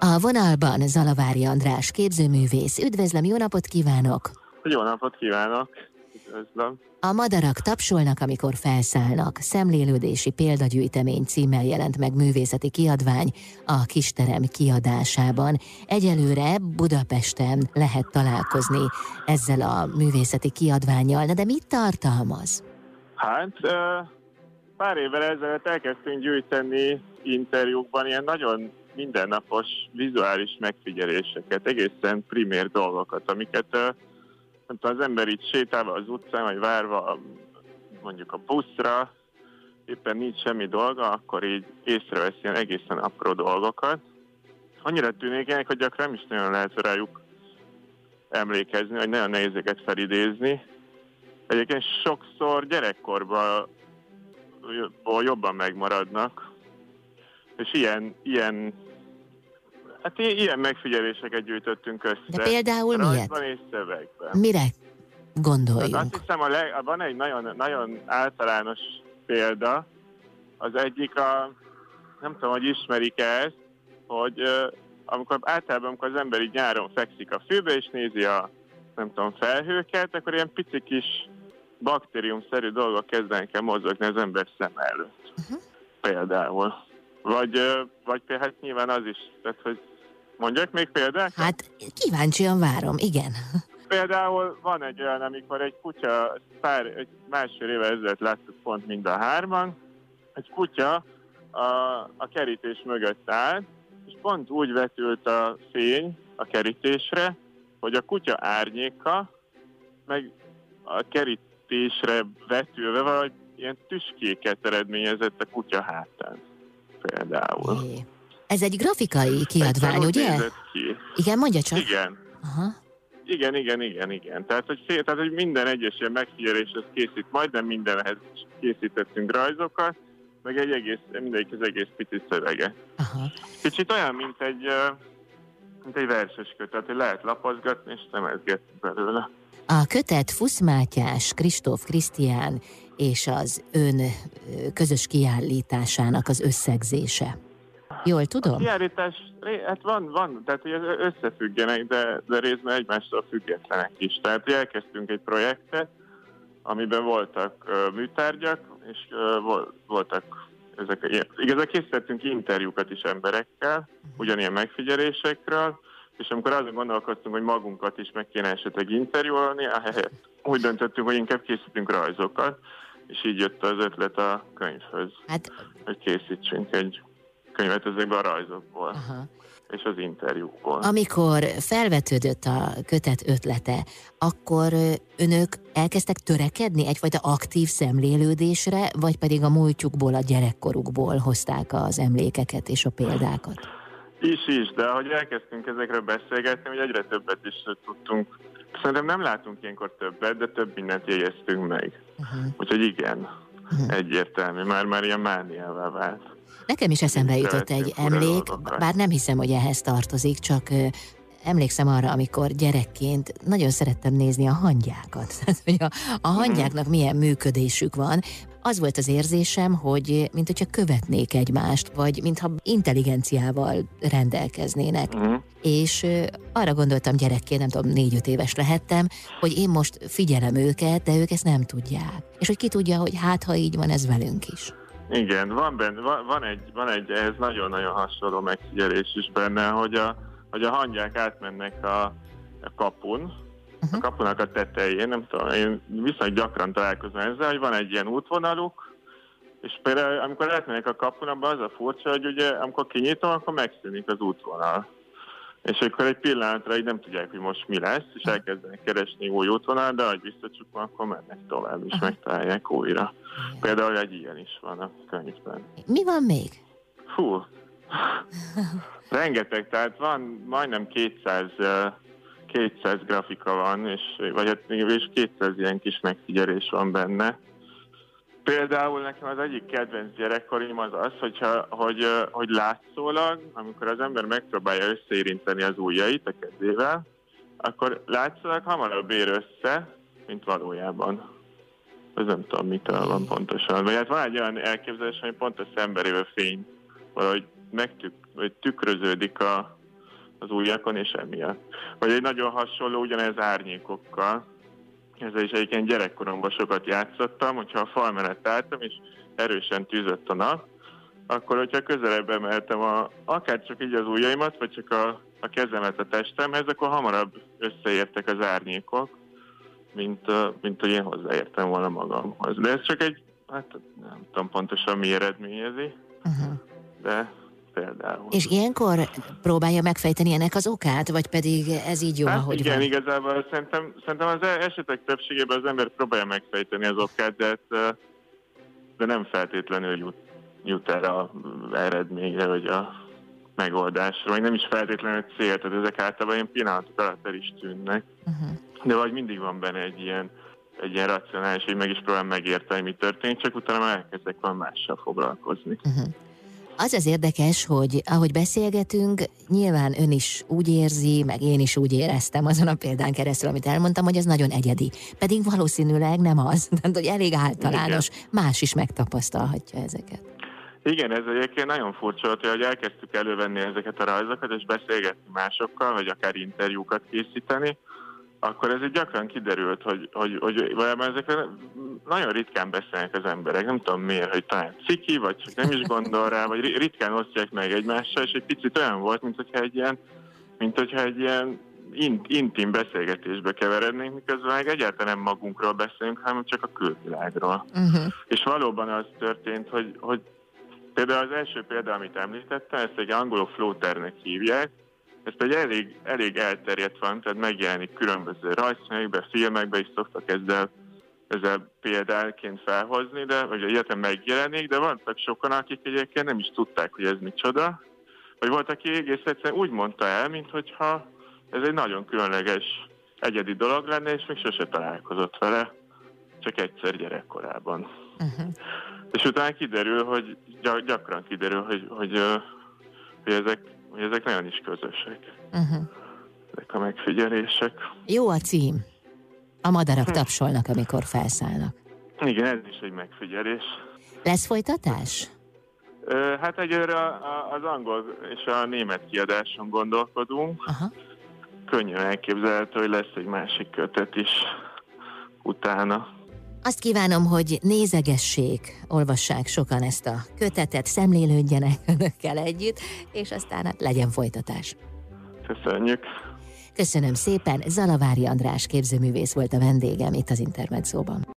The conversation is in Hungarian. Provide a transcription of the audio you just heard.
A vonalban Zalavári András képzőművész. Üdvözlöm, jó napot kívánok! Jó napot kívánok! Üdvözlöm! A madarak tapsolnak, amikor felszállnak. Szemlélődési példagyűjtemény címmel jelent meg művészeti kiadvány a Kisterem kiadásában. Egyelőre Budapesten lehet találkozni ezzel a művészeti kiadvánnyal, de mit tartalmaz? Hát pár évvel ezelőtt elkezdtünk gyűjteni interjúkban ilyen nagyon mindennapos vizuális megfigyeléseket, egészen primér dolgokat, amiket az ember így sétálva az utcán, vagy várva mondjuk a buszra, éppen nincs semmi dolga, akkor így észrevesz ilyen egészen apró dolgokat. Annyira tűnékenyek, hogy gyakran nem is nagyon lehet rájuk emlékezni, vagy nagyon nehéz őket felidézni. Egyébként sokszor gyerekkorban jobban megmaradnak, és ilyen megfigyeléseket gyűjtöttünk össze. De például miért? És szövegben. Mire gondoljunk? Hát azt hiszem, van egy nagyon, nagyon általános példa. Az egyik nem tudom, hogy ismerik-e ezt, hogy általában az ember így nyáron fekszik a fűbe, és nézi a felhőket, akkor ilyen pici kis baktériumszerű dolgok kezdenek el mozogni az ember szem előtt. Például. Vagy például nyilván az is, tehát, hogy mondjak még példát? Hát kíváncsian várom, igen. Például van egy olyan, amikor egy kutya, másfél évvel ezelőtt láttuk pont mind a hárman, egy kutya a kerítés mögött állt, és pont úgy vetült a fény a kerítésre, hogy a kutya árnyéka, meg a kerítésre vetülve valahogy ilyen tüskéket eredményezett a kutya hátán. Például. Ez egy grafikai kiadvány, ugye? Igen, mondja csak. Igen. Aha. Igen. Tehát, hogy minden egyes ilyen megfigyeléshez majdnem mindenhez készítettünk rajzokat, meg mindegyik az egész pici szövege. Aha. Kicsit olyan, mint egy verses kötet, hogy lehet lapozgatni és szemezgetni belőle. A kötet Fusz Mátyás, Kristóf Krisztián és az ön közös kiállításának az összegzése. Jól tudom? A kiállítás, hát van, tehát hogy összefüggenek, de részben egymástól függetlenek is. Tehát elkezdtünk egy projektet, amiben voltak műtárgyak, és voltak igazából készítettünk interjúkat is emberekkel, ugyanilyen megfigyelésekről, és amikor azon gondolkoztunk, hogy magunkat is meg kéne esetleg interjúolni, ahelyett úgy döntöttünk, hogy inkább készítünk rajzokat, és így jött az ötlet a könyvhöz, hogy készítsünk egy könyvet ezekben a rajzokból. Aha. És az interjúkból. Amikor felvetődött a kötet ötlete, akkor önök elkezdtek törekedni egyfajta aktív szemlélődésre, vagy pedig a múltjukból, a gyerekkorukból hozták az emlékeket és a példákat? Is, de ahogy elkezdtünk ezekről beszélgetni, hogy egyre többet is tudtunk. Szerintem nem látunk ilyenkor többet, de több mindent jegyeztünk meg. Úgyhogy igen, egyértelmű, már ilyen mániává vált. Nekem is eszembe jutott egy emlék, bár nem hiszem, hogy ehhez tartozik, csak emlékszem arra, amikor gyerekként nagyon szerettem nézni a hangyákat. Hogy a hangyáknak milyen működésük van. Az volt az érzésem, hogy mint hogyha követnék egymást, vagy mintha intelligenciával rendelkeznének. És arra gondoltam gyerekként, nem tudom, 4-5 éves lehettem, hogy én most figyelem őket, de ők ezt nem tudják. És hogy ki tudja, hogy hát ha így van ez velünk is. Igen, van egy ehhez nagyon-nagyon hasonló megfigyelés is benne, hogy a hangyák átmennek a kapun, a kapunak a tetején, nem tudom, én viszonylag gyakran találkozom ezzel, hogy van egy ilyen útvonaluk, és például amikor átmennek a kapun, abban az a furcsa, hogy ugye amikor kinyitom, akkor megszűnik az útvonal. És akkor egy pillanatra így nem tudják, hogy most mi lesz, és elkezdenek keresni új útvonalat, de ahogy visszacsukva, akkor mennek tovább, és megtalálják újra. Például egy ilyen is van a könyvben. Mi van még? Fú, rengeteg, tehát van majdnem 200 grafika van, és 200 ilyen kis megfigyelés van benne. Például nekem az egyik kedvenc gyerekkorim az, hogy látszólag, amikor az ember megpróbálja összeérinteni az ujjait a kezével, akkor látszólag hamarabb ér össze, mint valójában. Ez nem tudom, mitől van pontosan. Vagy hát van egy olyan elképzelés, hogy pont a szembelévő fény valahogy tükröződik az ujjakon, és emiatt. Vagy egy nagyon hasonló ugyanez árnyékokkal. Ezzel is egyébként gyerekkoromban sokat játszottam, hogyha a fal mellett álltam, és erősen tűzött a nap, akkor, hogyha közelebb emeltem akár csak így az ujjaimat, vagy csak a kezemet a testemhez, akkor hamarabb összeértek az árnyékok, mint hogy én hozzáértem volna magamhoz. De ez csak egy, hát nem tudom pontosan mi eredményezi, de például. És ilyenkor próbálja megfejteni ennek az okát, vagy pedig ez így jó, hát ahogy igen, van? igazából szerintem az esetek többségében az ember próbálja megfejteni az okát, de nem feltétlenül jut erre az eredményre, vagy a megoldásra, vagy nem is feltétlenül cél, tehát ezek általában ilyen pillanatok alatt el is tűnnek. De vagy mindig van benne egy ilyen racionális, hogy meg is próbálom megérteni, mi történik, csak utána már elkezdek van mással foglalkozni. Az az érdekes, hogy ahogy beszélgetünk, nyilván ön is úgy érzi, meg én is úgy éreztem azon a példán keresztül, amit elmondtam, hogy ez nagyon egyedi. Pedig valószínűleg nem az, tehát hogy elég általános, igen. Más is megtapasztalhatja ezeket. Igen, ez egyébként nagyon furcsa volt, hogy elkezdtük elővenni ezeket a rajzokat, és beszélgetni másokkal, vagy akár interjúkat készíteni, akkor ez így gyakran kiderült, hogy valójában ezekre nagyon ritkán beszélnek az emberek. Nem tudom miért, hogy talán ciki, vagy csak nem is gondol rá, vagy ritkán osztják meg egymással, és egy picit olyan volt, mint hogyha egy ilyen intim beszélgetésbe keverednénk, miközben meg egyáltalán nem magunkról beszélünk, hanem csak a külvilágról. És valóban az történt, hogy például az első példa, amit említettem, ezt egy angolul floaternek hívják, ez pedig elég elterjedt van, tehát megjelenik különböző rajzfilmekben, filmekben is szoktak ezzel példáként felhozni, vagy egyáltalán megjelenik, de vannak sokan, akik egyébként nem is tudták, hogy ez micsoda, vagy volt, aki egész egyszerűen úgy mondta el, minthogyha ez egy nagyon különleges, egyedi dolog lenne, és még sose találkozott vele, csak egyszer gyerekkorában. És utána kiderül, hogy gyakran kiderül, hogy ezek nagyon is közösek. Ezek a megfigyelések. Jó a cím. A madarak tapsolnak, amikor felszállnak. Igen, ez is egy megfigyelés. Lesz folytatás? Hát egyőre az angol és a német kiadáson gondolkodunk. Könnyen elképzelhető, hogy lesz egy másik kötet is utána. Azt kívánom, hogy nézegessék, olvassák sokan ezt a kötetet, szemlélődjenek önökkel együtt, és aztán hát legyen folytatás. Köszönjük! Köszönöm szépen, Zalavári András képzőművész volt a vendégem itt az Intermedzóban.